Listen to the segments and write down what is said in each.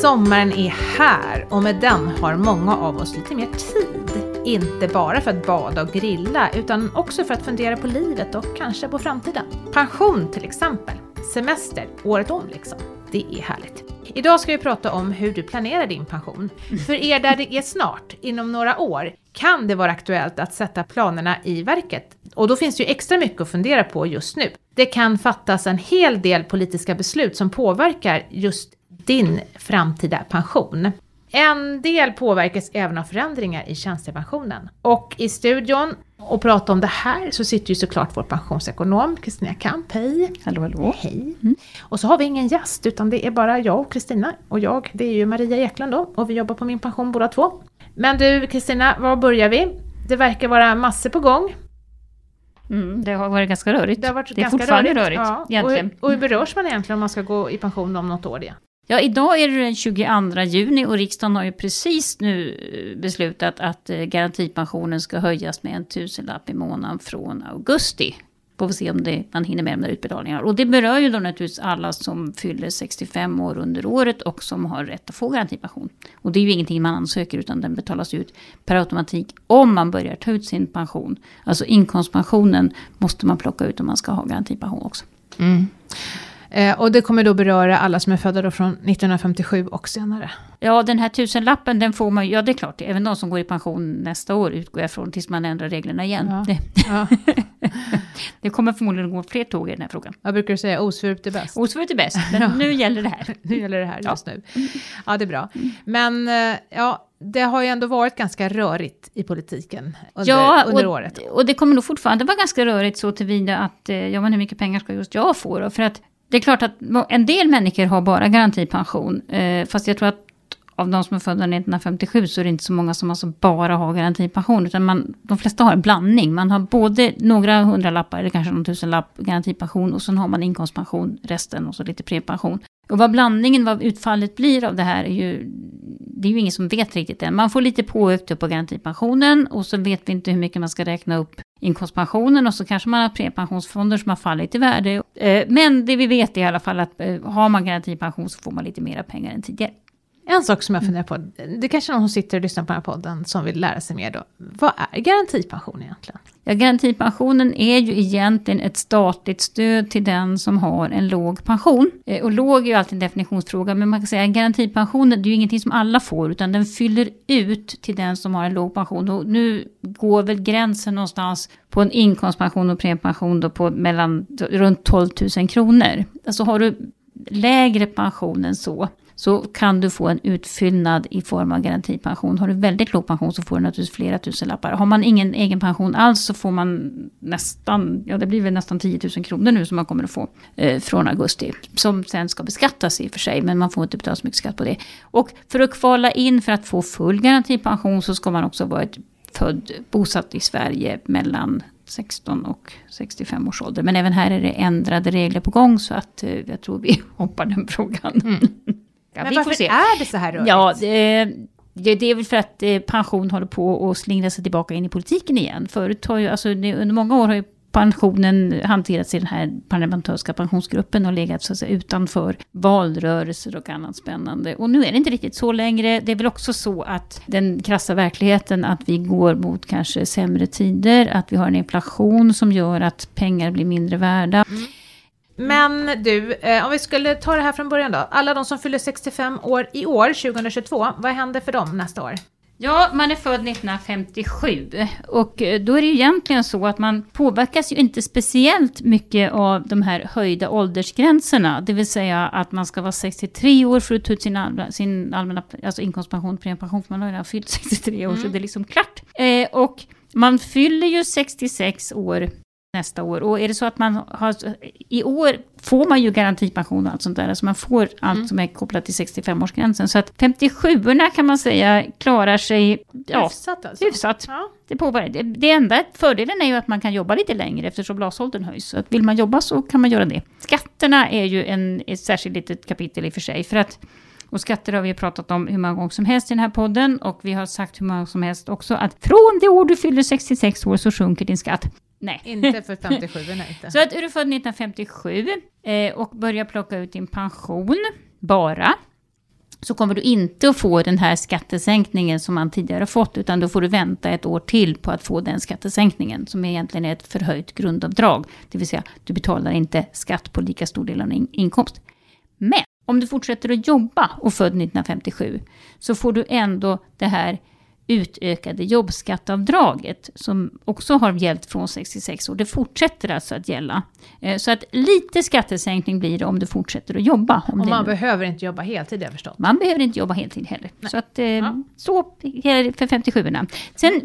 Sommaren är här och med den har många av oss lite mer tid. Inte bara för att bada och grilla utan också för att fundera på livet och kanske på framtiden. Pension till exempel. Semester, året om liksom. Det är härligt. Idag ska vi prata om hur du planerar din pension. För er där det är snart, inom några år, kan det vara aktuellt att sätta planerna i verket. Och då finns det ju extra mycket att fundera på just nu. Det kan fattas en hel del politiska beslut som påverkar just din framtida pension. En del påverkas även av förändringar i tjänstepensionen. Och i studion och prata om det här så sitter ju såklart vår pensionsekonom Kristina Kamp. Hej! Hallå, hallå. Hej! Och så har vi ingen gäst utan det är bara jag och Kristina. Och jag, det är ju Maria Eklund då. Och vi jobbar på Min pension båda två. Men du Kristina, var börjar vi? Det verkar vara massor på gång. Det har varit ganska rörigt. Det har varit det är ganska fortfarande rörigt egentligen. Och hur berörs man egentligen om man ska gå i pension om något år? Ja, idag är det den 22 juni och riksdagen har ju precis nu beslutat att garantipensionen ska höjas med 1 000-lapp i månaden från augusti. Får vi se om man hinner med de där utbetalningarna. Och det berör ju då naturligtvis alla som fyller 65 år under året och som har rätt att få garantipension. Och det är ju ingenting man ansöker utan den betalas ut per automatik om man börjar ta ut sin pension. Alltså inkomstpensionen måste man plocka ut om man ska ha garantipension också. Och det kommer då beröra alla som är födda då från 1957 och senare. Ja, den här 1000-lappen den får man ju, ja det är klart, även de som går i pension nästa år utgår jag från tills man ändrar reglerna igen. Ja. Det kommer förmodligen gå fler tåg i den här frågan. Jag brukar säga osvuret är bäst. Osvuret är bäst, men nu gäller det här. Nu gäller det här just nu. Ja, det är bra. Men ja, det har ju ändå varit ganska rörigt i politiken under året. Och det kommer nog fortfarande vara ganska rörigt så tillvida att men hur mycket pengar ska just jag få då? För att det är klart att en del människor har bara garantipension. Fast jag tror att av de som är födda 1957 så är det inte så många som alltså bara har garantipension. Utan de flesta har en blandning. Man har både några 100-lappar eller kanske någon 1000-lapp garantipension. Och sen har man inkomstpension, resten och så lite prepension. Och vad utfallet blir av det här det är ju ingen som vet riktigt än. Man får lite påökt på garantipensionen och så vet vi inte hur mycket man ska räkna upp inkomstpensionen och så kanske man har prepensionsfonder som har fallit i värde. Men det vi vet är i alla fall att har man garantipension så får man lite mera pengar än tidigare. En sak som jag funderar på, det är kanske någon som sitter och lyssnar på den här podden som vill lära sig mer då. Vad är garantipension egentligen? Ja, garantipensionen är ju egentligen ett statligt stöd till den som har en låg pension. Och låg är ju alltid en definitionsfråga, men man kan säga att garantipensionen det är ju ingenting som alla får utan den fyller ut till den som har en låg pension. Och nu går väl gränsen någonstans på en inkomstpension och prepension då på runt 12 000 kronor. Alltså har du lägre pension än så kan du få en utfyllnad i form av garantipension. Har du väldigt låg pension så får du naturligtvis flera tusenlappar. Har man ingen egen pension alls så får man det blir väl nästan 10 000 kronor nu som man kommer att få från augusti. Som sen ska beskattas i och för sig, men man får inte betala så mycket skatt på det. Och för att kvala in för att få full garantipension så ska man också vara bosatt i Sverige mellan 16 och 65 års ålder. Men även här är det ändrade regler på gång så att jag tror vi hoppar den frågan. Ja, men varför är det så här rörigt? Ja, det är väl för att pension håller på att slingra sig tillbaka in i politiken igen. Förut har ju, under många år har ju pensionen hanterats i den här parlamentariska pensionsgruppen och legat så att säga utanför valrörelser och annat spännande. Och nu är det inte riktigt så längre. Det är väl också så att den krassa verkligheten att vi går mot kanske sämre tider, att vi har en inflation som gör att pengar blir mindre värda. Men du, om vi skulle ta det här från början då. Alla de som fyller 65 år i år, 2022, vad händer för dem nästa år? Ja, man är född 1957 och då är det ju egentligen så att man påverkas ju inte speciellt mycket av de här höjda åldersgränserna. Det vill säga att man ska vara 63 år för att ta ut sin allmänna alltså inkomstpension, prepension, för man har redan fyllt 63 år så det är liksom klart. Och man fyller ju 66 år nästa år. Och är det så att man har i år får man ju garantipension och allt sånt där. Alltså man får allt som är kopplat till 65-årsgränsen. Så att 57-orna kan man säga klarar sig hyfsat. Alltså. Hyfsat. Ja. Det enda fördelen är ju att man kan jobba lite längre eftersom glasåldern höjs. Så att vill man jobba så kan man göra det. Skatterna är ju ett särskilt litet kapitel i för sig. Och skatter har vi pratat om hur många gånger som helst i den här podden. Och vi har sagt hur många som helst också att från det år du fyller 66 år så sjunker din skatt. Nej. Inte för 57, inte. Så att är du född 1957 och börjar plocka ut din pension bara. så kommer du inte att få den här skattesänkningen som man tidigare har fått, utan då får du vänta ett år till på att få den skattesänkningen som egentligen är ett förhöjt grundavdrag. Det vill säga, du betalar inte skatt på lika stor del av din inkomst. Men om du fortsätter att jobba och född 1957 så får du ändå det här utökade jobbskatteavdraget som också har gällt från 66 år. Det fortsätter alltså att gälla. Så att lite skattesänkning blir det om du fortsätter att jobba. Och man behöver inte jobba heltid, jag förstått. Man behöver inte jobba heltid heller. Nej. Så att så är det för 57-orna. Sen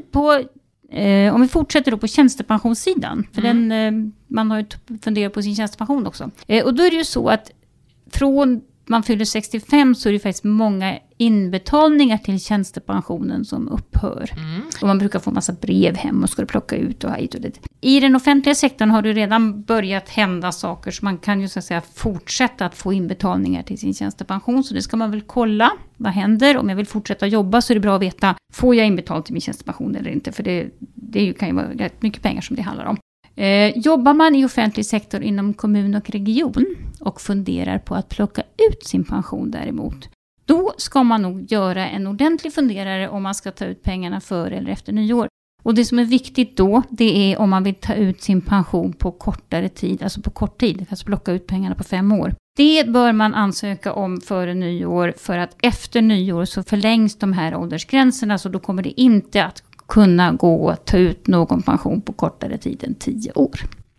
om vi fortsätter då på tjänstepensionssidan. För man har ju funderat på sin tjänstepension också. Och då är det ju så att från man fyller 65 så är det faktiskt många inbetalningar till tjänstepensionen som upphör. Och man brukar få massa brev hem och ska plocka ut och hit och dit. I den offentliga sektorn har det redan börjat hända saker så man kan ju så att säga fortsätta att få inbetalningar till sin tjänstepension. Så det ska man väl kolla. Vad händer? Om jag vill fortsätta jobba så är det bra att veta, får jag inbetalt till min tjänstepension eller inte? För det kan ju vara rätt mycket pengar som det handlar om. Jobbar man i offentlig sektor inom kommun och region och funderar på att plocka ut sin pension däremot, då ska man nog göra en ordentlig funderare om man ska ta ut pengarna före eller efter nyår. Och det som är viktigt då, det är om man vill ta ut sin pension på kortare tid, alltså på kort tid, alltså plocka ut pengarna på 5 år. Det bör man ansöka om före nyår, för att efter nyår så förlängs de här åldersgränserna, så då kommer det inte att kunna gå att ta ut någon pension på kortare tid än 10 år.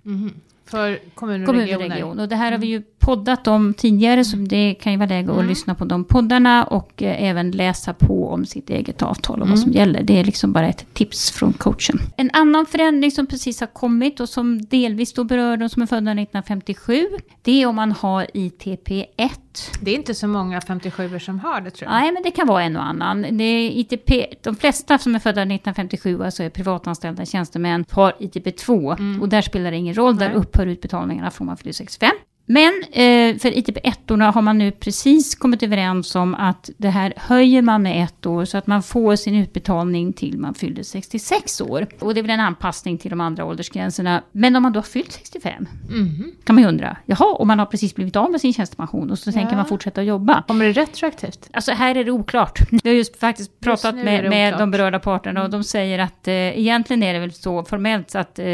För kommun och region. Och det här har vi ju poddat om tidigare, så det kan ju vara läge att lyssna på de poddarna och även läsa på om sitt eget avtal och vad som gäller. Det är liksom bara ett tips från coachen. En annan förändring som precis har kommit och som delvis då berör de som är födda 1957, det är om man har ITP1. Det är inte så många 57 som har det, tror jag. Nej, men det kan vara en och annan. Det är ITP, de flesta som är födda 1957, alltså är privatanställda tjänstemän, har ITP2. Och där spelar det ingen roll, där upphör utbetalningarna från man fyller 65. Men för ITP1-orna har man nu precis kommit överens om att det här höjer man med 1 år så att man får sin utbetalning till man fyller 66 år. Och det är väl en anpassning till de andra åldersgränserna. Men om man då har fyllt 65 kan man ju undra, om man har precis blivit av med sin tjänstepension och så tänker man fortsätta jobba. Kommer det retroaktivt? Alltså här är det oklart. Vi har just faktiskt pratat med de berörda parterna och de säger att egentligen är det väl så formellt så att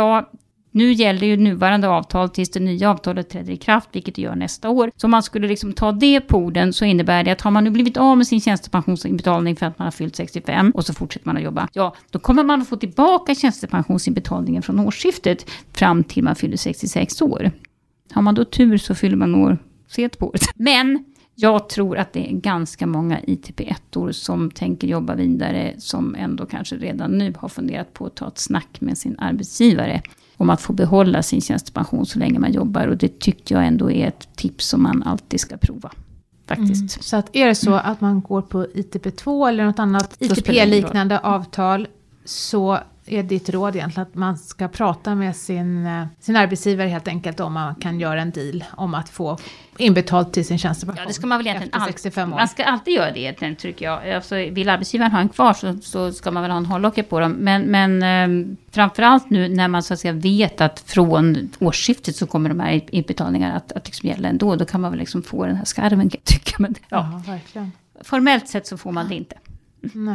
nu gäller ju nuvarande avtal tills det nya avtalet träder i kraft, vilket det gör nästa år. Så om man skulle liksom ta det på orden så innebär det att har man nu blivit av med sin tjänstepensionsinbetalning för att man har fyllt 65 och så fortsätter man att jobba, då kommer man att få tillbaka tjänstepensionsinbetalningen från årsskiftet fram till man fyller 66 år. Har man då tur så fyller man år sent på året. Men jag tror att det är ganska många ITP1-or som tänker jobba vidare, som ändå kanske redan nu har funderat på att ta ett snack med sin arbetsgivare om att få behålla sin tjänstepension så länge man jobbar. Och det tycker jag ändå är ett tips som man alltid ska prova. Faktiskt. Så att är det så att man går på ITP2 eller något annat ITP-liknande avtal, så är ditt råd egentligen att man ska prata med sin arbetsgivare helt enkelt om man kan göra en deal om att få inbetalt till sin tjänstepension. Ja, det ska man väl egentligen 65 år. Man ska alltid göra det egentligen, tycker jag. Alltså, vill arbetsgivaren ha en kvar så ska man väl ha en hålllocker på dem. Men framförallt nu när man så att säga vet att från årsskiftet så kommer de här inbetalningarna att liksom gälla ändå. Då kan man väl liksom få den här skarven, tycker man. Ja, verkligen. Formellt sett så får man det inte. Nej.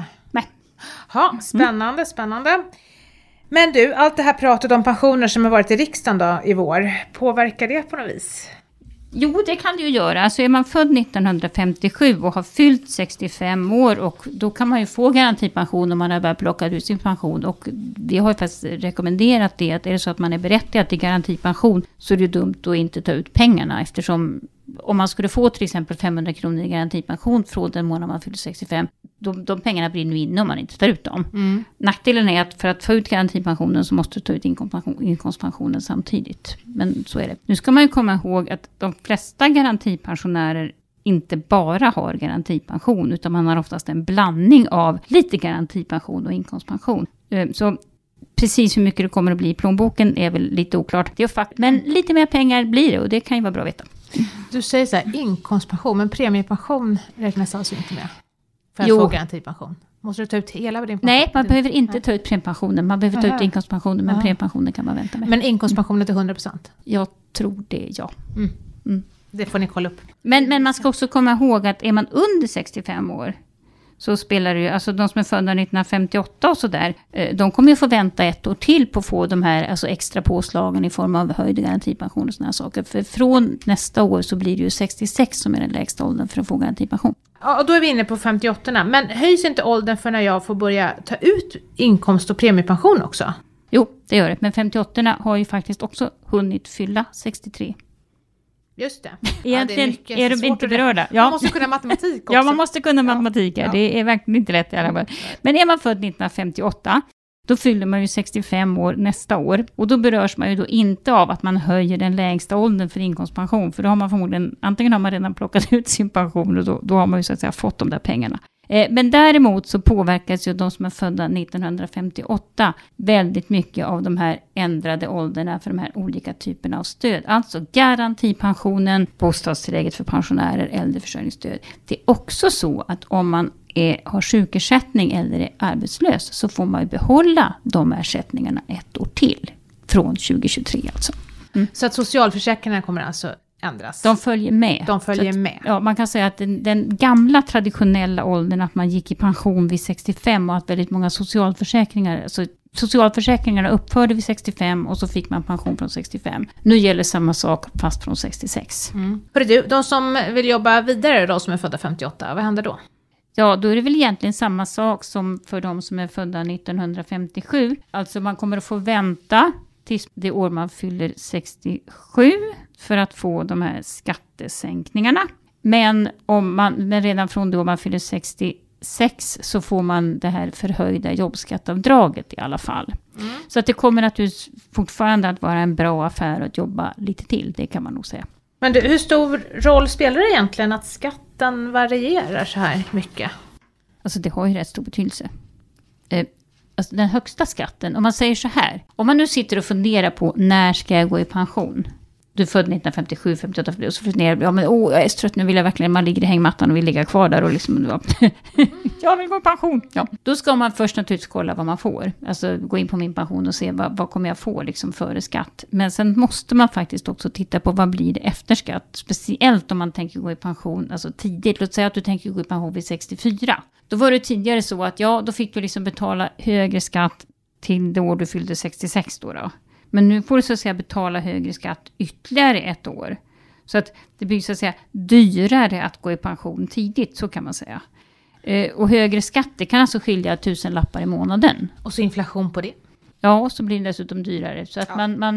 Ja, spännande. Men du, allt det här pratet om pensioner som har varit i riksdagen då i vår, påverkar det på något vis? Jo, det kan det ju göra. Alltså är man född 1957 och har fyllt 65 år, och då kan man ju få garantipension om man har börjat plocka ut sin pension. Och vi har ju faktiskt rekommenderat det, att är det så att man är berättigad till garantipension så är det dumt att inte ta ut pengarna, eftersom om man skulle få till exempel 500 kronor i garantipension från den månad man fyller 65, de pengarna blir nu inne om man inte tar ut dem. Nackdelen är att för att få ut garantipensionen så måste du ta ut inkomstpensionen samtidigt. Men så är det. Nu ska man ju komma ihåg att de flesta garantipensionärer inte bara har garantipension, utan man har oftast en blandning av lite garantipension och inkomstpension. Så precis hur mycket det kommer att bli i plånboken är väl lite oklart. Det är fakt, men lite mer pengar blir det, och det kan ju vara bra att veta. Du säger så här, inkomstpension, men premiepension räknas alltså inte med för att få garantipension. Måste du ta ut hela din pension? Nej, man behöver inte ta ut premiepensionen. Man behöver ta ut inkomstpensionen, men premiepensionen kan man vänta med. Men inkomstpensionen till 100%? Jag tror det, ja. Det får ni kolla upp. Men man ska också komma ihåg att är man under 65 år så spelar det ju, alltså de som är födda 1958 och sådär, de kommer ju få vänta 1 år till på att få de här alltså extra påslagen i form av höjd garantipension och sådana här saker. För från nästa år så blir det ju 66 som är den lägsta åldern för att få garantipension. Ja, och då är vi inne på 58. Men höjs inte åldern för när jag får börja ta ut inkomst- och premiepension också? Jo, det gör det. Men 58 har ju faktiskt också hunnit fylla 63. Just det. Egentligen ja, är de inte berörda. Ja. Man måste kunna matematik också. Ja, man måste kunna matematik. Ja. Det är verkligen inte lätt i alla fall. Men är man född 1958, då fyller man ju 65 år nästa år. Och då berörs man ju då inte av att man höjer den lägsta åldern för inkomstpension. För då har man förmodligen, antingen har man redan plockat ut sin pension och då har man ju så att säga fått de där pengarna. Men däremot så påverkas ju de som är födda 1958 väldigt mycket av de här ändrade ålderna för de här olika typerna av stöd. Alltså garantipensionen, bostadstillägget för pensionärer, äldreförsörjningsstöd. Det är också så att om man har sjukersättning eller är arbetslös så får man ju behålla de ersättningarna 1 år till. Från 2023 alltså. Så att socialförsäkringarna kommer alltså ändras? De följer med. De följer med. Ja, man kan säga att den gamla traditionella åldern att man gick i pension vid 65 och att väldigt många socialförsäkringarna upphörde vid 65 och så fick man pension från 65. Nu gäller samma sak fast från 66. Hörru du, de som vill jobba vidare då som är födda 58, vad händer då? Ja, då är det väl egentligen samma sak som för de som är födda 1957. Alltså man kommer att få vänta tills det år man fyller 67 för att få de här skattesänkningarna. Men redan från då man fyller 66 så får man det här förhöjda jobbskattavdraget i alla fall. Så att det kommer naturligtvis fortfarande att vara en bra affär att jobba lite till, det kan man nog säga. Men du, hur stor roll spelar det egentligen att skatten varierar så här mycket? Alltså det har ju rätt stor betydelse. Alltså den högsta skatten, om man säger så här. Om man nu sitter och funderar på när ska jag gå i pension? Du är född 1957, 58 och så funderar jag är så trött, nu vill jag verkligen, man ligger i hängmattan och vill ligga kvar där och liksom, jag vill gå i pension. Ja. Då ska man först naturligtvis kolla vad man får. Alltså gå in på min pension och se vad kommer jag få liksom före skatt. Men sen måste man faktiskt också titta på vad blir det efter skatt. Speciellt om man tänker gå i pension alltså tidigt. Låt säga att du tänker gå i pension vid 64. Då var det tidigare så att då fick du liksom betala högre skatt till det år du fyllde 66 då. Men nu får du så att säga betala högre skatt ytterligare 1 år. Så att det blir så att säga dyrare att gå i pension tidigt, så kan man säga. Och högre skatt, det kan alltså skilja 1000 lappar i månaden. Och så inflation på det. Ja, och så blir det dessutom dyrare. Så att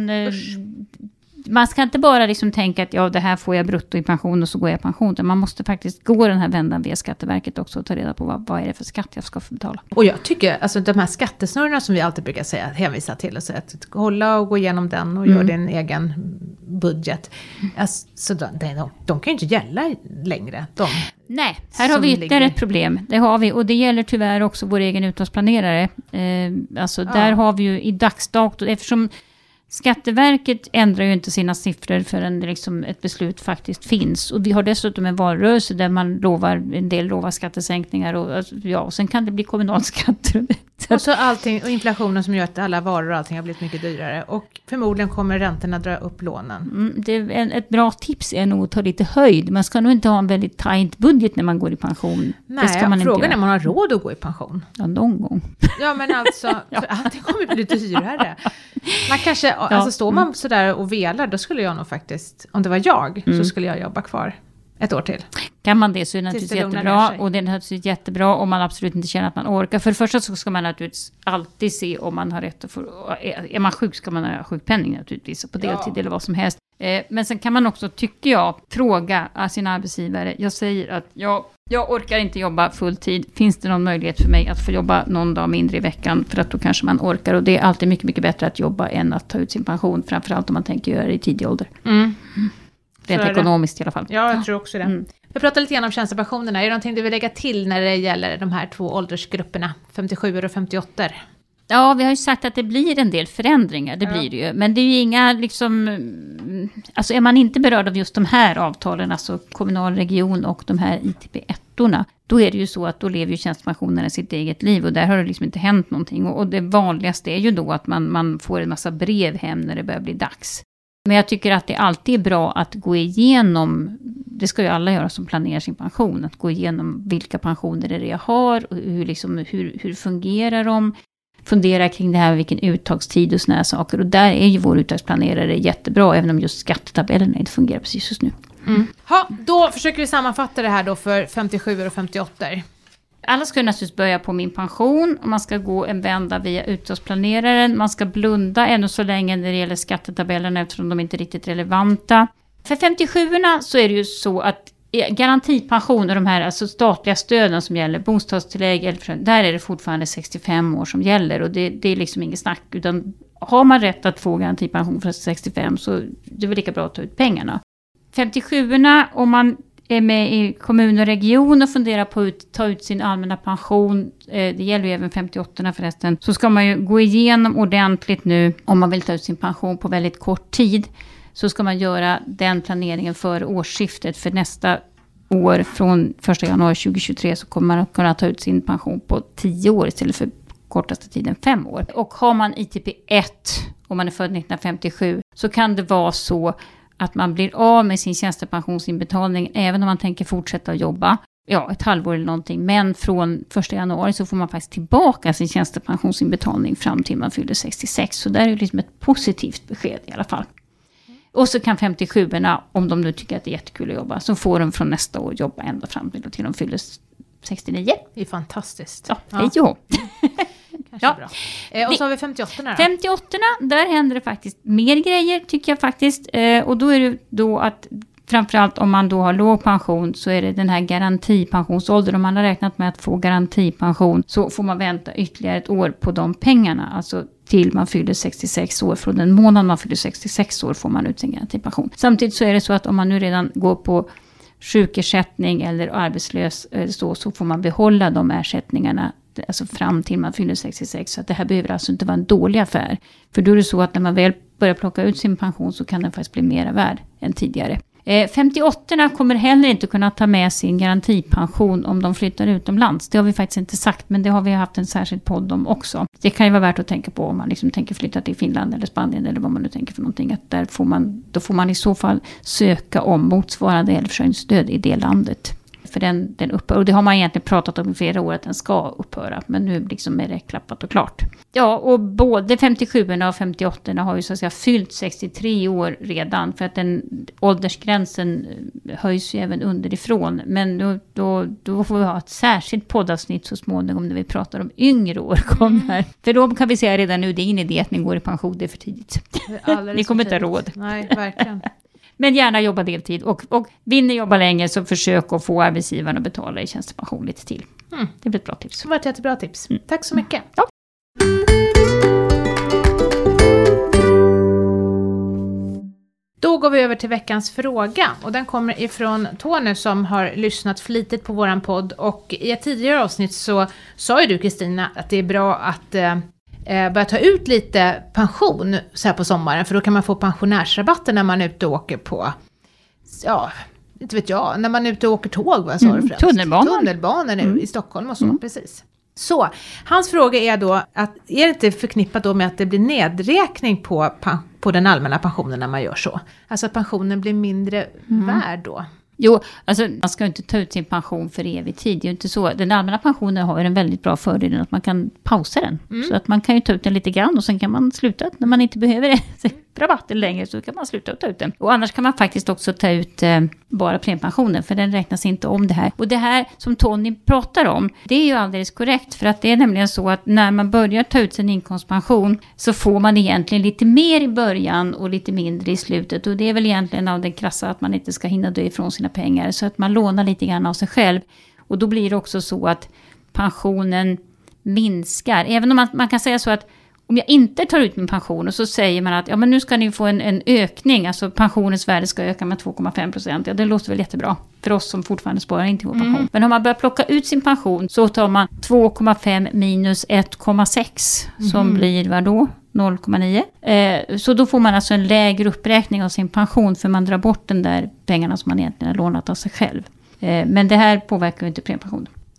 man ska inte bara liksom tänka att det här får jag brutto i pension och så går jag i pension. Man måste faktiskt gå den här vändan via Skatteverket också och ta reda på vad är det för skatt jag ska få betala. Och jag tycker, alltså de här skattesnurrorna som vi alltid brukar säga, hänvisa till och säga att hålla och gå igenom den och gör din egen budget. Alltså, de kan ju inte gälla längre. Nej, här har vi ytterligare ett problem. Det har vi, och det gäller tyvärr också vår egen utlandsplanerare. Där har vi ju i dagsdato, eftersom Skatteverket ändrar ju inte sina siffror förrän liksom ett beslut faktiskt finns. Och vi har dessutom en valrörelse där en del lovar skattesänkningar och sen kan det bli kommunalskatter. Och så allting, och inflationen som gör att alla varor och allting har blivit mycket dyrare. Och förmodligen kommer räntorna dra upp lånen. Ett bra tips är nog att ta lite höjd. Man ska nog inte ha en väldigt tajt budget när man går i pension. Nej, frågan är om man har råd att gå i pension. Ja, någon gång. Ja, men alltså, för allting kommer bli dyrare. Man kanske, står man sådär och velar, då skulle jag nog faktiskt, om det var jag, så skulle jag jobba kvar 1 år till. Kan man det så är det naturligtvis jättebra, och det är naturligtvis jättebra om man absolut inte känner att man orkar. För det första så ska man naturligtvis alltid se om man har rätt att få, är man sjuk ska man ha sjukpenning naturligtvis, på deltid eller vad som helst. Men sen kan man också, tycker jag, fråga sin arbetsgivare. Jag säger att jag orkar inte jobba fulltid. Finns det någon möjlighet för mig att få jobba någon dag mindre i veckan? För att då kanske man orkar. Och det är alltid mycket, mycket bättre att jobba än att ta ut sin pension. Framförallt om man tänker göra det i tidig ålder. Rent ekonomiskt i alla fall. Ja, jag tror också det. Vi pratar lite grann om tjänstepensionerna. Är det någonting du vill lägga till när det gäller de här 2 åldersgrupperna? 57 och 58? Ja, vi har ju sagt att det blir en del förändringar, det blir det ju. Men det är ju inga liksom, alltså är man inte berörd av just de här avtalen, alltså kommunal region och de här ITP-1-orna, då är det ju så att då lever ju tjänstepensionerna sitt eget liv och där har det liksom inte hänt någonting. Och det vanligaste är ju då att man får en massa brev hem när det börjar bli dags. Men jag tycker att det alltid är bra att gå igenom, det ska ju alla göra som planerar sin pension, att gå igenom vilka pensioner det är jag har och hur fungerar de. Fundera kring det här med vilken uttagstid och såna här saker. Och där är ju vår uttagsplanerare jättebra, även om just skattetabellerna inte fungerar precis just nu. Då försöker vi sammanfatta det här då för 57 och 58. Alla ska naturligtvis börja på min pension. Och man ska gå en vända via uttagsplaneraren. Man ska blunda ännu så länge när det gäller skattetabellerna eftersom de inte är riktigt relevanta. För 57orna så är det ju så att garantipension och de här alltså statliga stöden som gäller bostadstillägg, eller där är det fortfarande 65 år som gäller. Och det är liksom inget snack, utan har man rätt att få garantipension för 65 så det är väl lika bra att ta ut pengarna. 57orna, om man är med i kommun och region och funderar på att ta ut sin allmänna pension, det gäller ju även 58orna förresten, så ska man ju gå igenom ordentligt nu om man vill ta ut sin pension på väldigt kort tid. Så ska man göra den planeringen för årsskiftet, för nästa år från 1 januari 2023 så kommer man att kunna ta ut sin pension på 10 år istället för kortaste tiden 5 år. Och har man ITP1 om man är född 1957 så kan det vara så att man blir av med sin tjänstepensionsinbetalning även om man tänker fortsätta att jobba. Ja, ett halvår eller någonting. Men från 1 januari så får man faktiskt tillbaka sin tjänstepensionsinbetalning fram till man fyller 66. Så där är det liksom ett positivt besked i alla fall. Och så kan 57orna, om de nu tycker att det är jättekul att jobba, så får de från nästa år jobba ända fram till de fyller 69. Det är fantastiskt. Ja, hej jo. Kanske bra. Och så har vi 58orna då. 58orna, där händer det faktiskt mer grejer tycker jag faktiskt. Och då är det då att framförallt om man då har låg pension så är det den här garantipensionsåldern. Om man har räknat med att få garantipension så får man vänta ytterligare ett år på de pengarna. Alltså till man fyller 66 år. Från den månad man fyller 66 år får man ut sin garantipension. Samtidigt så är det så att om man nu redan går på sjukersättning eller arbetslös så får man behålla de ersättningarna alltså fram till man fyller 66. Så att det här behöver alltså inte vara en dålig affär. För då är det så att när man väl börjar plocka ut sin pension så kan den faktiskt bli mera värd än tidigare. 58orna kommer heller inte kunna ta med sin garantipension om de flyttar utomlands. Det har vi faktiskt inte sagt, men det har vi haft en särskild podd om också. Det kan ju vara värt att tänka på om man liksom tänker flytta till Finland eller Spanien eller vad man nu tänker för någonting. Att då får man i så fall söka om motsvarande äldreförsörjningsstöd i det landet. För den upphör. Och det har man egentligen pratat om i flera år att den ska upphöra. Men nu liksom är det klappat och klart. Ja, och både 57orna och 58orna har ju så att säga fyllt 63 år redan. För att den åldersgränsen höjs ju även underifrån. Men då får vi ha ett särskilt poddavsnitt så småningom när vi pratar om yngre årgångar. För då kan vi säga redan nu, det är ingen idé att ni går i pension, det är för tidigt. Ni kommer inte ha råd. Nej, verkligen. Men gärna jobba deltid. Och vill ni jobba länge så försök att få arbetsgivaren att betala i tjänstepension lite till. Det blir ett bra tips. Det var ett jättebra tips. Tack så mycket. Ja. Då går vi över till veckans fråga. Och den kommer ifrån Tony som har lyssnat flitigt på våran podd. Och i ett tidigare avsnitt så sa ju du, Kristina, att det är bra att börja ta ut lite pension så här på sommaren. För då kan man få pensionärsrabatter när man är ute och åker på, ja, inte vet jag, när man är ute och åker tåg. Vad sa du främst? Tunnelbanan i Stockholm och så, precis. Så, hans fråga är då, att är det inte förknippat då med att det blir nedräkning på den allmänna pensionen när man gör så? Alltså att pensionen blir mindre värd då? Jo, alltså man ska inte ta ut sin pension för evig tid. Det är ju inte så. Den allmänna pensionen har en väldigt bra fördel att man kan pausa den. Så att man kan ju ta ut den lite grann och sen kan man sluta när man inte behöver det. Rabatten längre så kan man sluta och ta ut den. Och annars kan man faktiskt också ta ut bara premiepensionen för den räknas inte om det här. Och det här som Tony pratar om, det är ju alldeles korrekt för att det är nämligen så att när man börjar ta ut sin inkomstpension så får man egentligen lite mer i början och lite mindre i slutet. Och det är väl egentligen av den krassa att man inte ska hinna dö ifrån sina pengar så att man lånar lite grann av sig själv. Och då blir det också så att pensionen minskar. Även om man kan säga så att om jag inte tar ut min pension och så säger man att ja, men nu ska ni få en ökning, alltså pensionens värde ska öka med 2,5%. Ja, det låter väl jättebra för oss som fortfarande sparar in till vår pension. Men om man börjar plocka ut sin pension så tar man 2,5 minus 1,6 som blir vad då? 0,9. Så då får man alltså en lägre uppräkning av sin pension för man drar bort den där pengarna som man egentligen har lånat av sig själv. Men det här påverkar ju inte premiepensionen.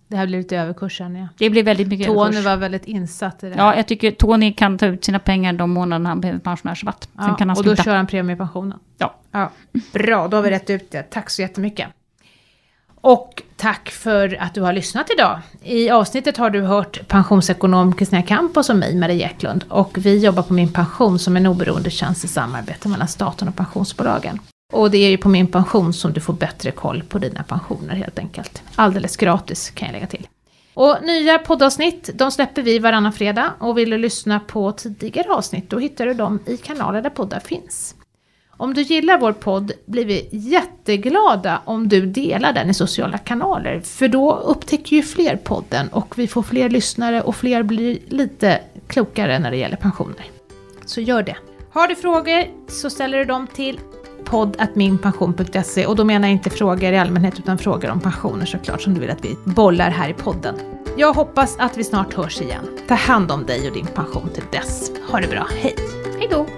Det här blir lite överkursen, ja. Det blir väldigt mycket Tony överkurs. var väldigt insatt i det här. Ja, jag tycker Tony kan ta ut sina pengar de månaderna han behöver pensionärsrabatt. Sen kan han och då sluta. kör han premiepensionen. Ja. Bra, då har vi rätt ut det. Tack så jättemycket. Och tack för att du har lyssnat idag. I avsnittet har du hört pensionsekonom Kristina Campos och mig, Marie Eklund. Och vi jobbar på Min Pension som en oberoende tjänst i samarbete mellan staten och pensionsbolagen. Och det är ju på Min Pension som du får bättre koll på dina pensioner helt enkelt. Alldeles gratis kan jag lägga till. Och nya poddavsnitt, de släpper vi varannan fredag. Och vill du lyssna på tidigare avsnitt, då hittar du dem i kanaler där poddar finns. Om du gillar vår podd blir vi jätteglada om du delar den i sociala kanaler. För då upptäcker ju fler podden och vi får fler lyssnare och fler blir lite klokare när det gäller pensioner. Så gör det. Har du frågor så ställer du dem till podd@minpension.se, och då menar jag inte frågor i allmänhet utan frågor om pensioner såklart som du vill att vi bollar här i podden. Jag hoppas att vi snart hörs igen. Ta hand om dig och din pension till dess. Ha det bra, hej! Hej då!